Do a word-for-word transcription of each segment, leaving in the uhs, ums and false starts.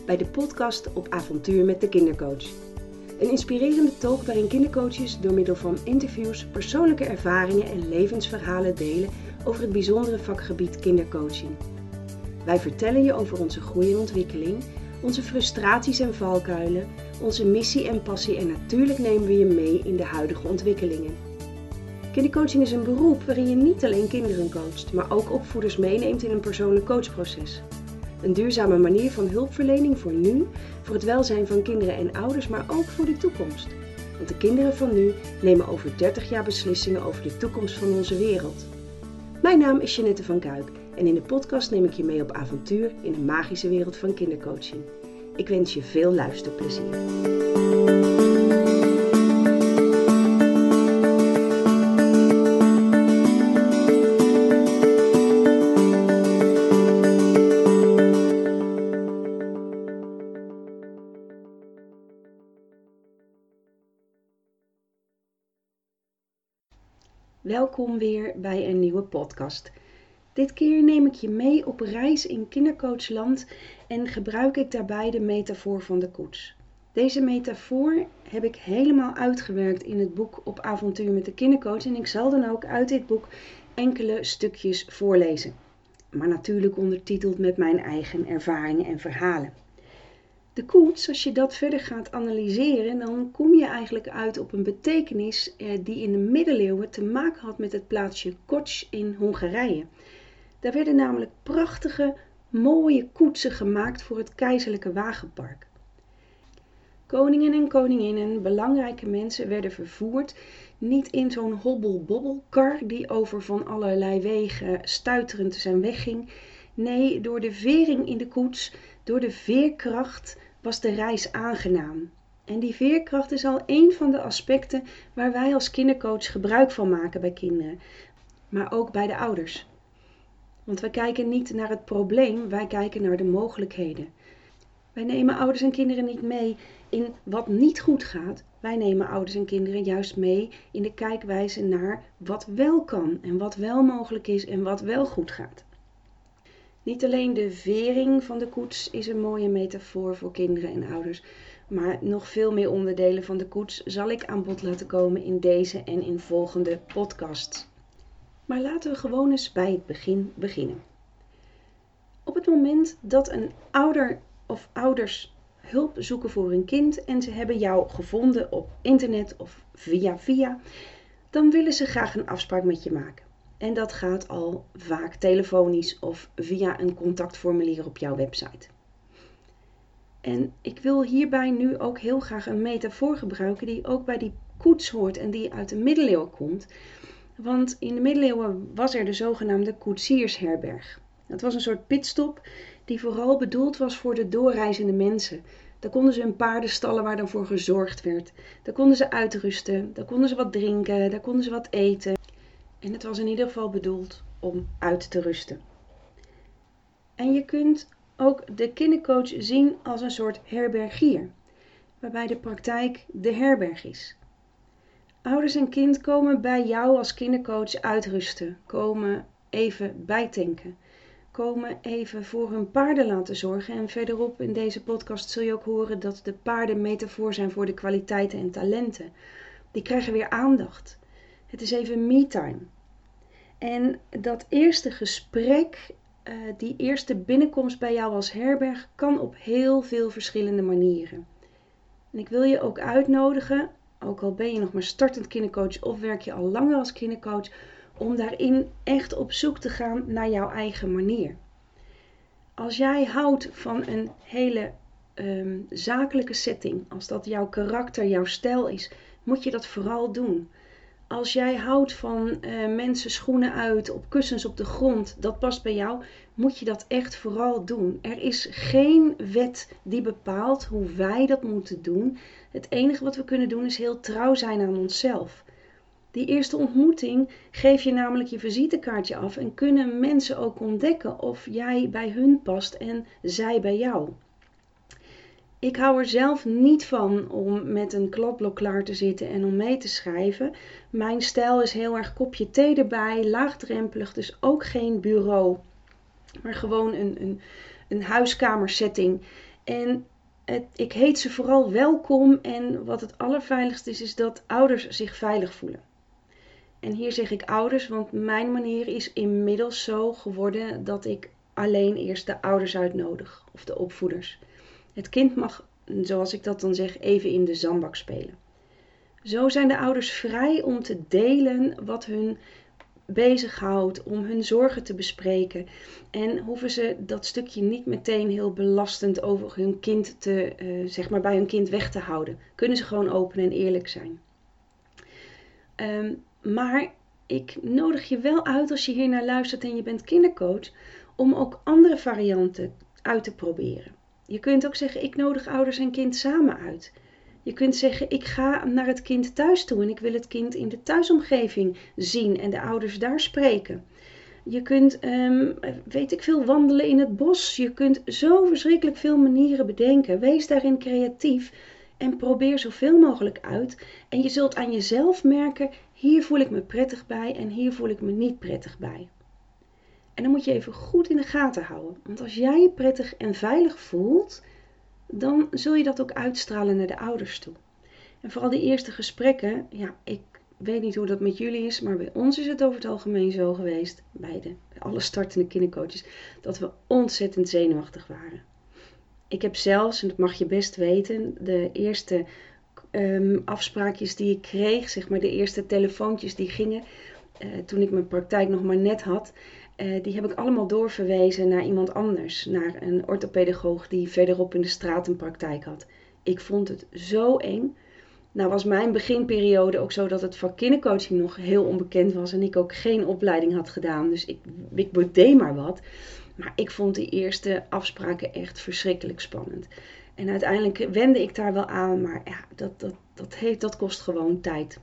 bij de podcast Op Avontuur met de Kindercoach. Een inspirerende talk waarin kindercoaches door middel van interviews persoonlijke ervaringen en levensverhalen delen over het bijzondere vakgebied kindercoaching. Wij vertellen je over onze groei en ontwikkeling, onze frustraties en valkuilen, onze missie en passie en natuurlijk nemen we je mee in de huidige ontwikkelingen. Kindercoaching is een beroep waarin je niet alleen kinderen coacht, maar ook opvoeders meeneemt in een persoonlijk coachproces. Een duurzame manier van hulpverlening voor nu, voor het welzijn van kinderen en ouders, maar ook voor de toekomst. Want de kinderen van nu nemen over dertig jaar beslissingen over de toekomst van onze wereld. Mijn naam is Jeanette van Kuik en in de podcast neem ik je mee op avontuur in de magische wereld van kindercoaching. Ik wens je veel luisterplezier. Welkom weer bij een nieuwe podcast. Dit keer neem ik je mee op reis in kindercoachland en gebruik ik daarbij de metafoor van de koets. Deze metafoor heb ik helemaal uitgewerkt in het boek Op Avontuur met de Kindercoach en ik zal dan ook uit dit boek enkele stukjes voorlezen. Maar natuurlijk ondertiteld met mijn eigen ervaringen en verhalen. De koets, als je dat verder gaat analyseren, dan kom je eigenlijk uit op een betekenis eh, die in de middeleeuwen te maken had met het plaatsje Kocs in Hongarije. Daar werden namelijk prachtige, mooie koetsen gemaakt voor het keizerlijke wagenpark. Koningen en koninginnen, belangrijke mensen werden vervoerd, niet in zo'n hobbel-bobbelkar die over van allerlei wegen stuiterend zijn wegging. Nee, door de vering in de koets, door de veerkracht was de reis aangenaam. En die veerkracht is al één van de aspecten waar wij als kindercoach gebruik van maken bij kinderen, maar ook bij de ouders. Want wij kijken niet naar het probleem, wij kijken naar de mogelijkheden. Wij nemen ouders en kinderen niet mee in wat niet goed gaat. Wij nemen ouders en kinderen juist mee in de kijkwijze naar wat wel kan en wat wel mogelijk is en wat wel goed gaat. Niet alleen de vering van de koets is een mooie metafoor voor kinderen en ouders, maar nog veel meer onderdelen van de koets zal ik aan bod laten komen in deze en in volgende podcasts. Maar laten we gewoon eens bij het begin beginnen. Op het moment dat een ouder of ouders hulp zoeken voor hun kind en ze hebben jou gevonden op internet of via via, dan willen ze graag een afspraak met je maken. En dat gaat al vaak telefonisch of via een contactformulier op jouw website. En ik wil hierbij nu ook heel graag een metafoor gebruiken die ook bij die koets hoort en die uit de middeleeuwen komt. Want in de middeleeuwen was er de zogenaamde koetsiersherberg. Dat was een soort pitstop die vooral bedoeld was voor de doorreizende mensen. Daar konden ze hun paarden stallen waar dan voor gezorgd werd. Daar konden ze uitrusten, daar konden ze wat drinken, daar konden ze wat eten. En het was in ieder geval bedoeld om uit te rusten. En je kunt ook de kindercoach zien als een soort herbergier, waarbij de praktijk de herberg is. Ouders en kind komen bij jou als kindercoach uitrusten, komen even bijtanken, komen even voor hun paarden laten zorgen. En verderop in deze podcast zul je ook horen dat de paarden metafoor zijn voor de kwaliteiten en talenten. Die krijgen weer aandacht. Het is even me-time. En dat eerste gesprek, uh, die eerste binnenkomst bij jou als herberg, kan op heel veel verschillende manieren. En ik wil je ook uitnodigen, ook al ben je nog maar startend kindercoach of werk je al langer als kindercoach, om daarin echt op zoek te gaan naar jouw eigen manier. Als jij houdt van een hele um, zakelijke setting, als dat jouw karakter, jouw stijl is, moet je dat vooral doen. Als jij houdt van uh, mensen schoenen uit op kussens op de grond, dat past bij jou, moet je dat echt vooral doen. Er is geen wet die bepaalt hoe wij dat moeten doen. Het enige wat we kunnen doen is heel trouw zijn aan onszelf. Die eerste ontmoeting geef je namelijk je visitekaartje af en kunnen mensen ook ontdekken of jij bij hun past en zij bij jou. Ik hou er zelf niet van om met een kladblok klaar te zitten en om mee te schrijven. Mijn stijl is heel erg kopje thee erbij, laagdrempelig, dus ook geen bureau. Maar gewoon een, een, een huiskamersetting. En het, ik heet ze vooral welkom en wat het allerveiligst is, is dat ouders zich veilig voelen. En hier zeg ik ouders, want mijn manier is inmiddels zo geworden dat ik alleen eerst de ouders uitnodig of de opvoeders. Het kind mag, zoals ik dat dan zeg, even in de zandbak spelen. Zo zijn de ouders vrij om te delen wat hun bezighoudt, om hun zorgen te bespreken. En hoeven ze dat stukje niet meteen heel belastend over hun kind te, uh, zeg maar bij hun kind weg te houden. Kunnen ze gewoon open en eerlijk zijn. Um, maar ik nodig je wel uit als je hier naar luistert en je bent kindercoach, om ook andere varianten uit te proberen. Je kunt ook zeggen, ik nodig ouders en kind samen uit. Je kunt zeggen, ik ga naar het kind thuis toe en ik wil het kind in de thuisomgeving zien en de ouders daar spreken. Je kunt, um, weet ik veel, wandelen in het bos. Je kunt zo verschrikkelijk veel manieren bedenken. Wees daarin creatief en probeer zoveel mogelijk uit. En je zult aan jezelf merken, hier voel ik me prettig bij en hier voel ik me niet prettig bij. En dan moet je even goed in de gaten houden. Want als jij je prettig en veilig voelt, dan zul je dat ook uitstralen naar de ouders toe. En vooral die eerste gesprekken, ja, ik weet niet hoe dat met jullie is, maar bij ons is het over het algemeen zo geweest, bij, de, bij alle startende kindercoaches, dat we ontzettend zenuwachtig waren. Ik heb zelfs, en dat mag je best weten, de eerste um, afspraakjes die ik kreeg, zeg maar de eerste telefoontjes die gingen, uh, toen ik mijn praktijk nog maar net had, uh, die heb ik allemaal doorverwezen naar iemand anders, naar een orthopedagoog die verderop in de straat een praktijk had. Ik vond het zo eng. Nou was mijn beginperiode ook zo dat het vak kindercoaching nog heel onbekend was en ik ook geen opleiding had gedaan. Dus ik, ik deed maar wat. Maar ik vond die eerste afspraken echt verschrikkelijk spannend. En uiteindelijk wende ik daar wel aan, maar ja, dat, dat, dat, heeft, dat kost gewoon tijd.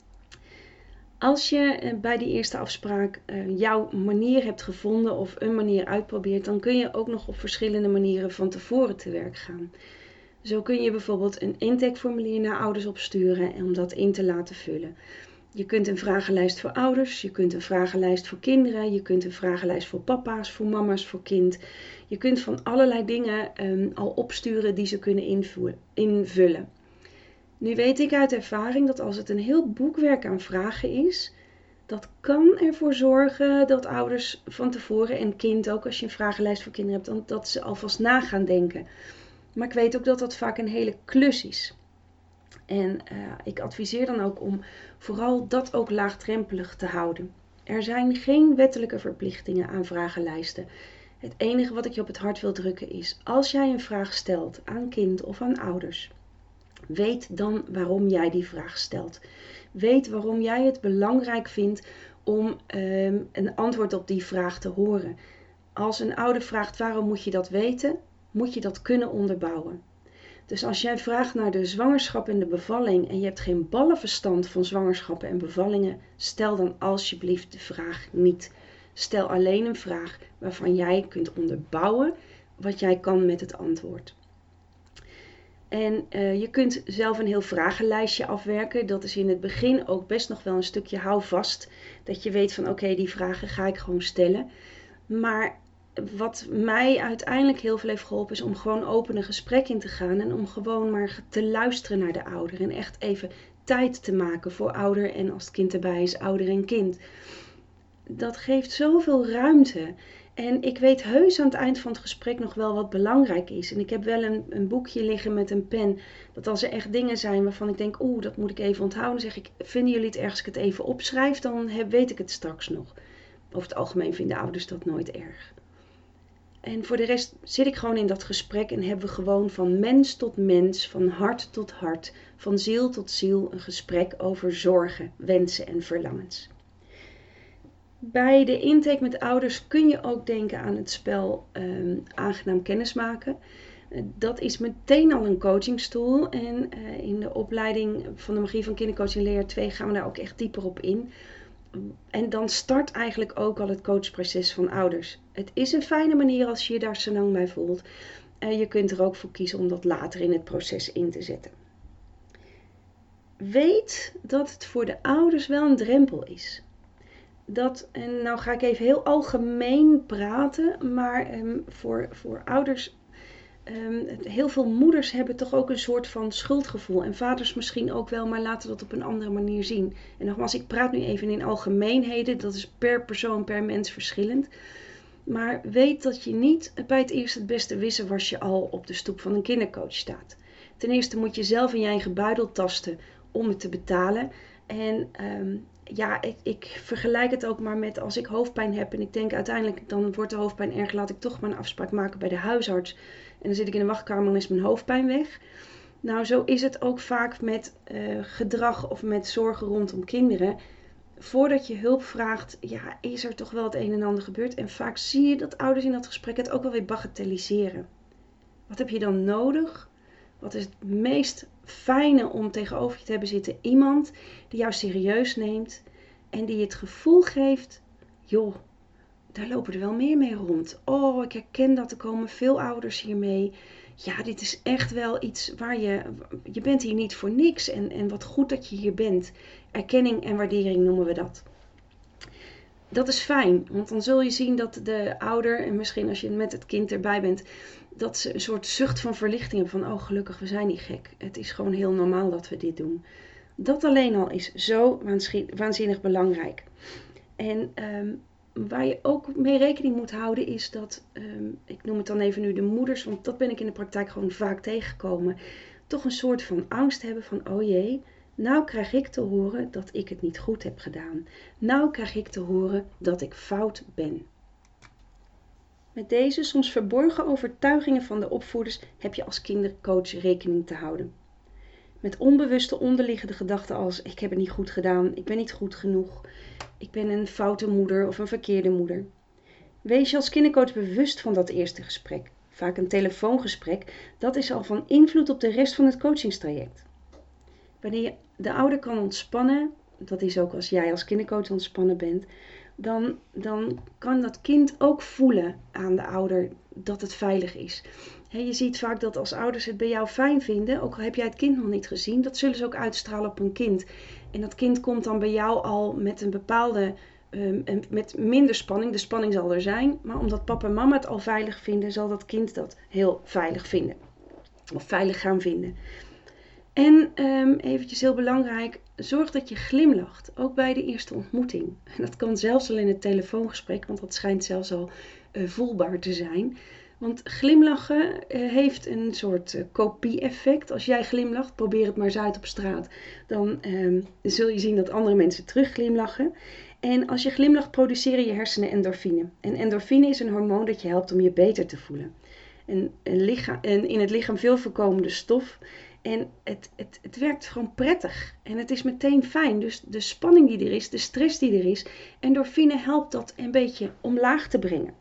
Als je bij die eerste afspraak uh, jouw manier hebt gevonden of een manier uitprobeert, dan kun je ook nog op verschillende manieren van tevoren te werk gaan. Zo kun je bijvoorbeeld een intakeformulier naar ouders opsturen en om dat in te laten vullen. Je kunt een vragenlijst voor ouders, je kunt een vragenlijst voor kinderen, je kunt een vragenlijst voor papa's, voor mama's, voor kind. Je kunt van allerlei dingen um, al opsturen die ze kunnen invullen. Nu weet ik uit ervaring dat als het een heel boekwerk aan vragen is, dat kan ervoor zorgen dat ouders van tevoren en kind ook, als je een vragenlijst voor kinderen hebt, dat ze alvast na gaan denken. Maar ik weet ook dat dat vaak een hele klus is. En uh, ik adviseer dan ook om vooral dat ook laagdrempelig te houden. Er zijn geen wettelijke verplichtingen aan vragenlijsten. Het enige wat ik je op het hart wil drukken is, als jij een vraag stelt aan kind of aan ouders, weet dan waarom jij die vraag stelt. Weet waarom jij het belangrijk vindt om um, een antwoord op die vraag te horen. Als een ouder vraagt waarom moet je dat weten, moet je dat kunnen onderbouwen. Dus als jij vraagt naar de zwangerschap en de bevalling en je hebt geen ballenverstand van zwangerschappen en bevallingen, stel dan alsjeblieft de vraag niet. Stel alleen een vraag waarvan jij kunt onderbouwen wat jij kan met het antwoord. En uh, je kunt zelf een heel vragenlijstje afwerken. Dat is in het begin ook best nog wel een stukje houvast. Dat je weet van oké, okay, die vragen ga ik gewoon stellen. Maar wat mij uiteindelijk heel veel heeft geholpen is om gewoon open een gesprek in te gaan. En om gewoon maar te luisteren naar de ouder. En echt even tijd te maken voor ouder en als het kind erbij is, ouder en kind. Dat geeft zoveel ruimte. En ik weet heus aan het eind van het gesprek nog wel wat belangrijk is. En ik heb wel een, een boekje liggen met een pen. Dat als er echt dingen zijn waarvan ik denk, oeh, dat moet ik even onthouden. Dan zeg ik, vinden jullie het erg als ik het even opschrijf? Dan heb, weet ik het straks nog. Over het algemeen vinden ouders dat nooit erg. En voor de rest zit ik gewoon in dat gesprek en hebben we gewoon van mens tot mens, van hart tot hart, van ziel tot ziel een gesprek over zorgen, wensen en verlangens. Bij de intake met ouders kun je ook denken aan het spel um, aangenaam kennismaken. Uh, dat is meteen al een coachingstoel en uh, in de opleiding van de magie van kindercoaching leer twee gaan we daar ook echt dieper op in. En dan start eigenlijk ook al het coachproces van ouders. Het is een fijne manier als je je daar zo lang bij voelt. Uh, je kunt er ook voor kiezen om dat later in het proces in te zetten. Weet dat het voor de ouders wel een drempel is. Dat, en nou ga ik even heel algemeen praten, maar um, voor, voor ouders Um, heel veel moeders hebben toch ook een soort van schuldgevoel. En vaders misschien ook wel, maar laten dat op een andere manier zien. En nogmaals, ik praat nu even in algemeenheden. Dat is per persoon, per mens verschillend. Maar weet dat je niet bij het eerste het beste wisselwasje al op de stoep van een kindercoach staat. Ten eerste moet je zelf in je eigen buidel tasten om het te betalen. En um, ja, ik, ik vergelijk het ook maar met als ik hoofdpijn heb. En ik denk uiteindelijk, dan wordt de hoofdpijn erg. Laat ik toch maar een afspraak maken bij de huisarts. En dan zit ik in de wachtkamer en is mijn hoofdpijn weg. Nou, zo is het ook vaak met uh, gedrag of met zorgen rondom kinderen. Voordat je hulp vraagt, ja, is er toch wel het een en ander gebeurd. En vaak zie je dat ouders in dat gesprek het ook wel weer bagatelliseren. Wat heb je dan nodig? Wat is het meest fijne om tegenover je te hebben zitten? Iemand die jou serieus neemt en die je het gevoel geeft, joh, daar lopen er wel meer mee rond. Oh, ik herken dat, er komen veel ouders hiermee. Ja, dit is echt wel iets waar je, je bent hier niet voor niks. En, en wat goed dat je hier bent. Erkenning en waardering noemen we dat. Dat is fijn, want dan zul je zien dat de ouder, en misschien als je met het kind erbij bent, dat ze een soort zucht van verlichting hebben van, oh gelukkig, we zijn niet gek. Het is gewoon heel normaal dat we dit doen. Dat alleen al is zo waanzinnig belangrijk. En um, waar je ook mee rekening moet houden is dat, um, ik noem het dan even nu de moeders, want dat ben ik in de praktijk gewoon vaak tegengekomen, toch een soort van angst hebben van, oh jee, nou krijg ik te horen dat ik het niet goed heb gedaan. Nou krijg ik te horen dat ik fout ben. Met deze soms verborgen overtuigingen van de opvoeders heb je als kindercoach rekening te houden. Met onbewuste onderliggende gedachten als, ik heb het niet goed gedaan, ik ben niet goed genoeg, ik ben een foute moeder of een verkeerde moeder. Wees je als kindercoach bewust van dat eerste gesprek. Vaak een telefoongesprek, dat is al van invloed op de rest van het coachingstraject. Wanneer je de ouder kan ontspannen, dat is ook als jij als kindercoach ontspannen bent, dan, dan kan dat kind ook voelen aan de ouder dat het veilig is. He, je ziet vaak dat als ouders het bij jou fijn vinden, ook al heb jij het kind nog niet gezien, dat zullen ze ook uitstralen op een kind. En dat kind komt dan bij jou al met een bepaalde, um, met minder spanning, de spanning zal er zijn, maar omdat papa en mama het al veilig vinden, zal dat kind dat heel veilig vinden. Of veilig gaan vinden. En um, eventjes heel belangrijk, zorg dat je glimlacht, ook bij de eerste ontmoeting. En dat kan zelfs al in het telefoongesprek, want dat schijnt zelfs al uh, voelbaar te zijn. Want glimlachen uh, heeft een soort uh, kopie-effect. Als jij glimlacht, probeer het maar eens uit op straat, dan um, zul je zien dat andere mensen terug glimlachen. En als je glimlacht, produceren je hersenen endorfine. En endorfine is een hormoon dat je helpt om je beter te voelen. Een, een, lichaam, een in het lichaam veel voorkomende stof. En het, het, het werkt gewoon prettig. En het is meteen fijn. Dus de spanning die er is, de stress die er is, endorfine helpt dat een beetje omlaag te brengen.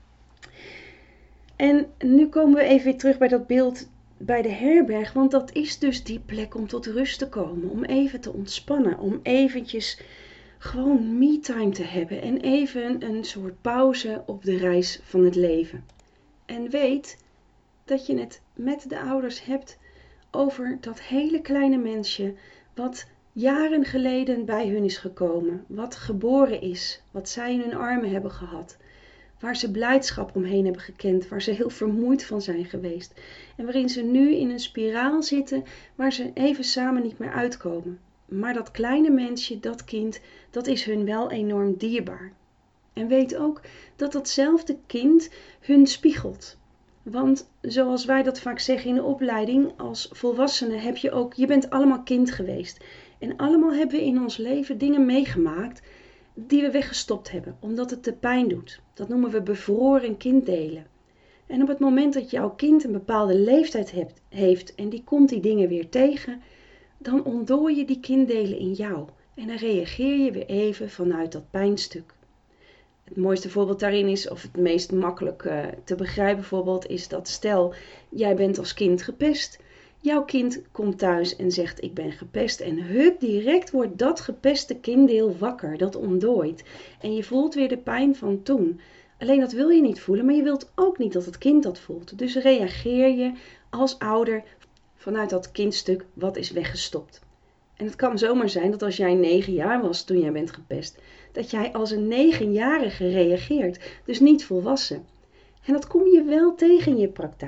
En nu komen we even weer terug bij dat beeld bij de herberg. Want dat is dus die plek om tot rust te komen. Om even te ontspannen. Om eventjes gewoon me-time te hebben. En even een soort pauze op de reis van het leven. En weet dat je het met de ouders hebt over dat hele kleine mensje wat jaren geleden bij hun is gekomen, wat geboren is, wat zij in hun armen hebben gehad, waar ze blijdschap omheen hebben gekend, waar ze heel vermoeid van zijn geweest en waarin ze nu in een spiraal zitten waar ze even samen niet meer uitkomen. Maar dat kleine mensje, dat kind, dat is hun wel enorm dierbaar. En weet ook dat datzelfde kind hun spiegelt. Want zoals wij dat vaak zeggen in de opleiding, als volwassenen heb je ook, je bent allemaal kind geweest. En allemaal hebben we in ons leven dingen meegemaakt die we weggestopt hebben, omdat het te pijn doet. Dat noemen we bevroren kinddelen. En op het moment dat jouw kind een bepaalde leeftijd hebt, heeft en die komt die dingen weer tegen, dan ontdooi je die kinddelen in jou. En dan reageer je weer even vanuit dat pijnstuk. Het mooiste voorbeeld daarin is, of het meest makkelijk uh, te begrijpen voorbeeld, is dat stel, jij bent als kind gepest. Jouw kind komt thuis en zegt, ik ben gepest. En hup, direct wordt dat gepeste kinddeel wakker, dat ontdooit. En je voelt weer de pijn van toen. Alleen dat wil je niet voelen, maar je wilt ook niet dat het kind dat voelt. Dus reageer je als ouder vanuit dat kindstuk wat is weggestopt. En het kan zomaar zijn dat als jij negen jaar was toen jij bent gepest, dat jij als een negenjarige reageert, dus niet volwassen. En dat kom je wel tegen in je praktijk.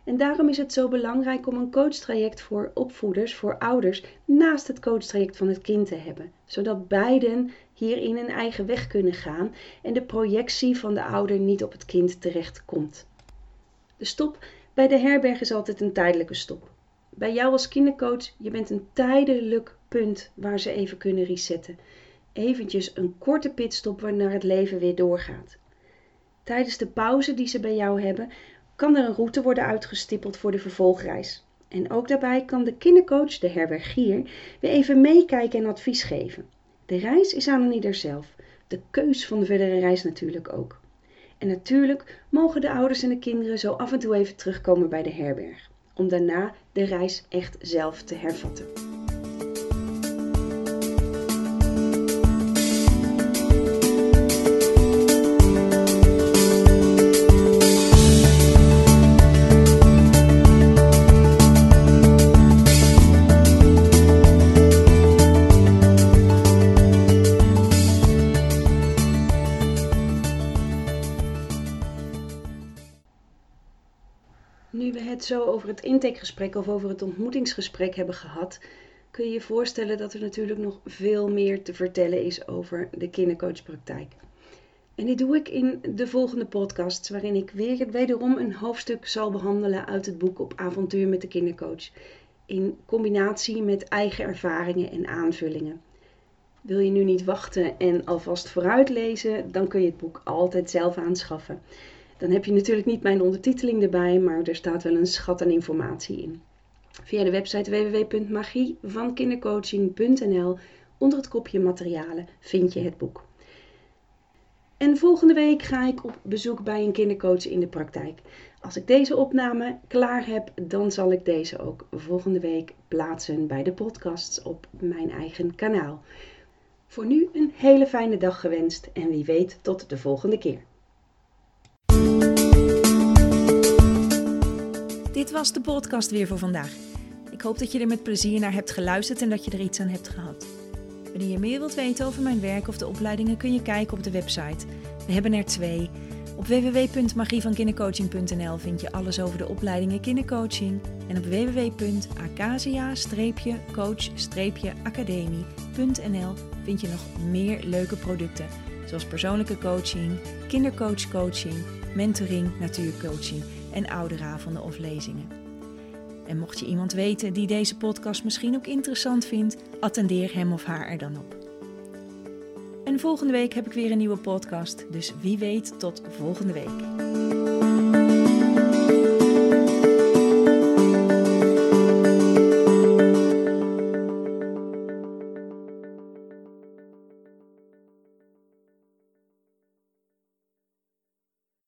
En daarom is het zo belangrijk om een coachtraject voor opvoeders, voor ouders, naast het coachtraject van het kind te hebben. Zodat beiden hierin een eigen weg kunnen gaan en de projectie van de ouder niet op het kind terecht komt. De stop bij de herberg is altijd een tijdelijke stop. Bij jou als kindercoach, je bent een tijdelijk punt waar ze even kunnen resetten. Eventjes een korte pitstop waarna het leven weer doorgaat. Tijdens de pauze die ze bij jou hebben, kan er een route worden uitgestippeld voor de vervolgreis. En ook daarbij kan de kindercoach, de herbergier, weer even meekijken en advies geven. De reis is aan een ieder zelf. De keus van de verdere reis natuurlijk ook. En natuurlijk mogen de ouders en de kinderen zo af en toe even terugkomen bij de herberg. Om daarna de reis echt zelf te hervatten. Nu we het zo over het intakegesprek of over het ontmoetingsgesprek hebben gehad, kun je je voorstellen dat er natuurlijk nog veel meer te vertellen is over de kindercoachpraktijk. En dit doe ik in de volgende podcasts, waarin ik weer wederom een hoofdstuk zal behandelen uit het boek Op avontuur met de kindercoach, in combinatie met eigen ervaringen en aanvullingen. Wil je nu niet wachten en alvast vooruit lezen, dan kun je het boek altijd zelf aanschaffen. Dan heb je natuurlijk niet mijn ondertiteling erbij, maar er staat wel een schat aan informatie in. Via de website w w w punt magie van kindercoaching punt n l onder het kopje materialen vind je het boek. En volgende week ga ik op bezoek bij een kindercoach in de praktijk. Als ik deze opname klaar heb, dan zal ik deze ook volgende week plaatsen bij de podcasts op mijn eigen kanaal. Voor nu een hele fijne dag gewenst en wie weet tot de volgende keer. Dit was de podcast weer voor vandaag. Ik hoop dat je er met plezier naar hebt geluisterd en dat je er iets aan hebt gehad. Wanneer je meer wilt weten over mijn werk of de opleidingen kun je kijken op de website. We hebben er twee. Op w w w punt magie van kindercoaching punt n l vind je alles over de opleidingen kindercoaching. En op w w w punt acacia coach academie punt n l vind je nog meer leuke producten. Zoals persoonlijke coaching, kindercoachcoaching, mentoring, natuurcoaching en ouderavonden of lezingen. En mocht je iemand weten die deze podcast misschien ook interessant vindt, attendeer hem of haar er dan op. En volgende week heb ik weer een nieuwe podcast, dus wie weet tot volgende week.